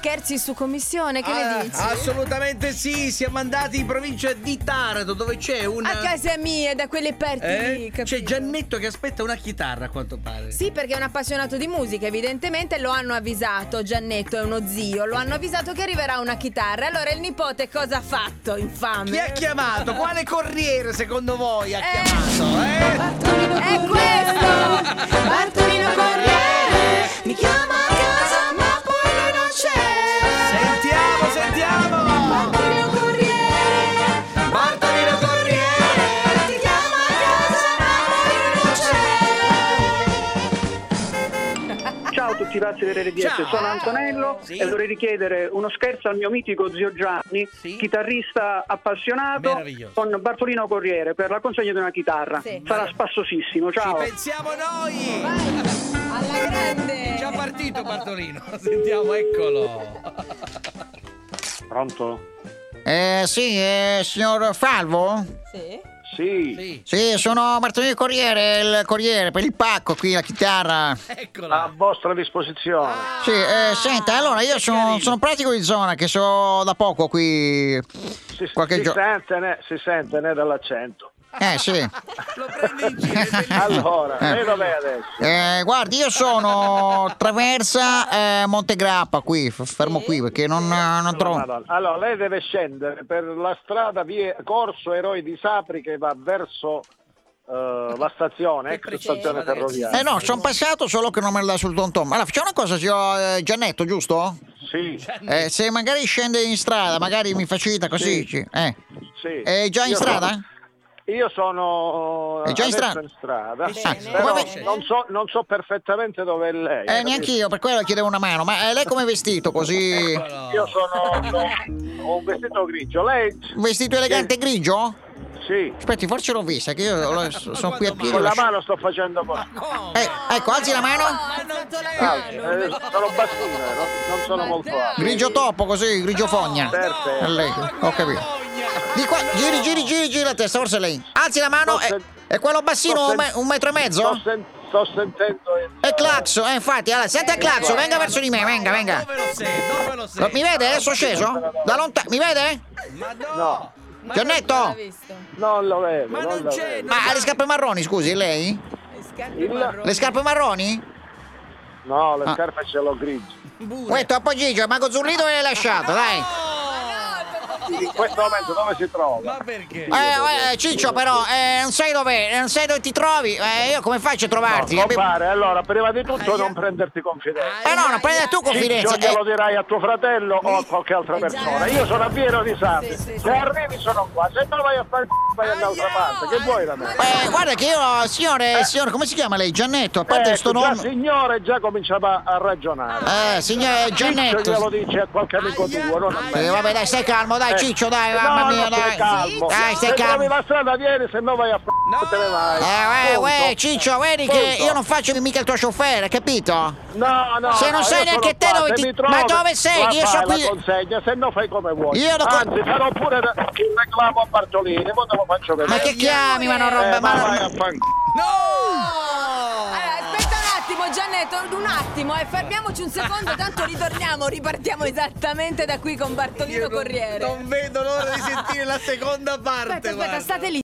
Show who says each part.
Speaker 1: scherzi su commissione, che ne dici?
Speaker 2: Assolutamente sì, siamo andati in provincia di Taranto, dove c'è una...
Speaker 1: A casa mia, da quelle parti lì, capito?
Speaker 2: C'è Giannetto che aspetta una chitarra, a quanto pare.
Speaker 1: Sì, perché è un appassionato di musica, evidentemente lo hanno avvisato, Giannetto è uno zio, lo hanno avvisato che arriverà una chitarra. Allora il nipote cosa ha fatto, infame?
Speaker 2: Chi ha chiamato? Quale corriere secondo voi ha chiamato?
Speaker 1: Bartolino è questo! Bartolino Corriere mi chiama a casa ma poi lui non c'è.
Speaker 2: Sentiamo!
Speaker 1: Bartolino Corriere, Bartolino Corriere ti chiama a casa ma poi lui non c'è.
Speaker 3: Ciao a tutti i pazzi dell'RDS,
Speaker 2: Ciao.
Speaker 3: sono Antonello
Speaker 2: Sì.
Speaker 3: e vorrei richiedere uno scherzo al mio mitico zio Gianni,
Speaker 2: Sì.
Speaker 3: chitarrista appassionato,
Speaker 2: Meraviglioso.
Speaker 3: con Bartolino Corriere per la consegna di una chitarra.
Speaker 1: Sì.
Speaker 3: Sarà spassosissimo, ciao.
Speaker 2: Ci pensiamo noi!
Speaker 1: Vai, alla grande.
Speaker 2: Già partito Bartolino, sentiamo, eccolo.
Speaker 4: Pronto?
Speaker 5: Sì, signor Falvo?
Speaker 1: Sì.
Speaker 4: Sì.
Speaker 2: Sì,
Speaker 5: Sì, sono Bartolino Corriere, il corriere per il pacco qui, la chitarra.
Speaker 4: A
Speaker 2: eccola.
Speaker 4: vostra disposizione.
Speaker 5: Sì, senta, allora io sono pratico di zona, che so da poco qui. Qualche giorno.
Speaker 4: Si sente né dall'accento.
Speaker 5: Sì.
Speaker 2: Lo prendi in giro, è bellissimo.
Speaker 4: Allora, lei dov'è adesso?
Speaker 5: Guardi, io sono Traversa Montegrappa qui, fermo qui perché non trovo.
Speaker 4: Madonna. Allora, lei deve scendere per la strada via Corso Eroi di Sapri che va verso la stazione, ex
Speaker 2: preciso
Speaker 4: stazione
Speaker 2: adesso.
Speaker 4: ferroviaria.
Speaker 5: No, sono passato solo che non me la dà sul tom tom. Allora, facciamo una cosa, signor Giannetto, giusto?
Speaker 4: Sì,
Speaker 5: Se magari scende in strada, magari mi facilita così.
Speaker 4: Sì. sì.
Speaker 5: È già in
Speaker 4: Io
Speaker 5: strada?
Speaker 4: Io sono
Speaker 5: È già in
Speaker 4: adesso
Speaker 5: strada?
Speaker 4: in strada,
Speaker 1: Bene.
Speaker 4: però
Speaker 5: Come-
Speaker 4: non so perfettamente dove è lei.
Speaker 5: Neanche io, per quello chiedevo una mano. Ma lei come è vestito? Così.
Speaker 2: Eccolo.
Speaker 4: Io ho un vestito grigio, lei?
Speaker 5: Vestito elegante grigio?
Speaker 4: Sì,
Speaker 5: Aspetti, forse l'ho vista, che io sono qui a piedi.
Speaker 4: con la mano sto facendo così.
Speaker 5: Ecco, alzi la mano.
Speaker 4: Sono bassino, non sono molto alto.
Speaker 5: Grigio topo, così, grigio fogna.
Speaker 4: Perfetto.
Speaker 5: È lei, ho capito. Di qua, giri la testa, forse lei. Alzi la mano. E quello bassino, un metro e mezzo?
Speaker 4: Sto sentendo
Speaker 5: È claxo, infatti. Allora, sente il claxo, venga verso di me, venga.
Speaker 2: Dove lo sei? Dove lo sei?
Speaker 5: Mi vede? Adesso sceso? Da lontano, mi vede?
Speaker 2: Ma no!
Speaker 4: No.
Speaker 1: Ma
Speaker 5: Giannetto?
Speaker 1: non l'ha visto.
Speaker 4: Non lo vedo,
Speaker 2: Ma
Speaker 4: non
Speaker 2: non
Speaker 4: lo
Speaker 2: c'è!
Speaker 4: vedo.
Speaker 5: Ma ha le scarpe marroni, scusi, lei?
Speaker 1: Le scarpe marroni.
Speaker 5: Le scarpe marroni?
Speaker 4: No, le scarpe ce l'ho grigie.
Speaker 2: Pure.
Speaker 5: Uè, Topo Gigio, Mago Zurlito l'hai lasciato, dai.
Speaker 4: In questo momento dove si trova?
Speaker 2: Ma perché?
Speaker 5: Ciccio, però, non sai dove ti trovi. Io come faccio a trovarti?
Speaker 4: Compare, allora, prima di tutto non prenderti confidenza.
Speaker 5: No, non prendere tu confidenza.
Speaker 4: Ciccio glielo dirai a tuo fratello o a qualche altra persona. Io sono a Piero di Sapri.
Speaker 1: Sì.
Speaker 4: Se arrivi sono qua, se no vai a fare vai dall'altra parte. Che vuoi da me?
Speaker 5: Guarda che io, signore, come si chiama lei? Giannetto, a parte sto
Speaker 4: già
Speaker 5: nome.
Speaker 4: signore già cominciava a ragionare.
Speaker 5: Signore
Speaker 4: Ciccio
Speaker 5: Giannetto.
Speaker 4: glielo dice a qualche amico tuo, non a me.
Speaker 5: Vabbè, dai, stai calmo, dai, Ciccio, dai, mamma
Speaker 4: No,
Speaker 5: mia,
Speaker 4: no, stai
Speaker 5: dai.
Speaker 4: calmo.
Speaker 5: Dai, stai
Speaker 4: Se trovi
Speaker 5: calmo.
Speaker 4: la strada vieni, se no vai a te ne vai. Punto.
Speaker 5: Ciccio, vedi che
Speaker 4: Punto.
Speaker 5: io non faccio mica il tuo chauffeur, capito?
Speaker 4: No,
Speaker 5: Se non sai
Speaker 4: io
Speaker 5: neanche
Speaker 4: sono
Speaker 5: te
Speaker 4: qua,
Speaker 5: dove
Speaker 4: se
Speaker 5: ti-
Speaker 4: mi trovi,
Speaker 5: ma dove sei?
Speaker 4: la
Speaker 5: Io
Speaker 4: fai
Speaker 5: sono qui-
Speaker 4: la consegna, se no fai come vuoi.
Speaker 5: Io lo co-
Speaker 4: Anzi, farò pure il reclamo a Bartolini, poi te lo faccio vedere.
Speaker 5: Ma che chiami, ma non rompe,
Speaker 4: ma
Speaker 5: ma
Speaker 4: vai
Speaker 5: non...
Speaker 4: a fan...
Speaker 1: Allora, aspetta un attimo, Giannetto, un attimo, fermiamoci un secondo, tanto ripartiamo esattamente da qui con Bartolino Corriere.
Speaker 2: Non vedo l'ora di sentire la seconda parte.
Speaker 1: Aspetta,
Speaker 2: guarda.
Speaker 1: state lì.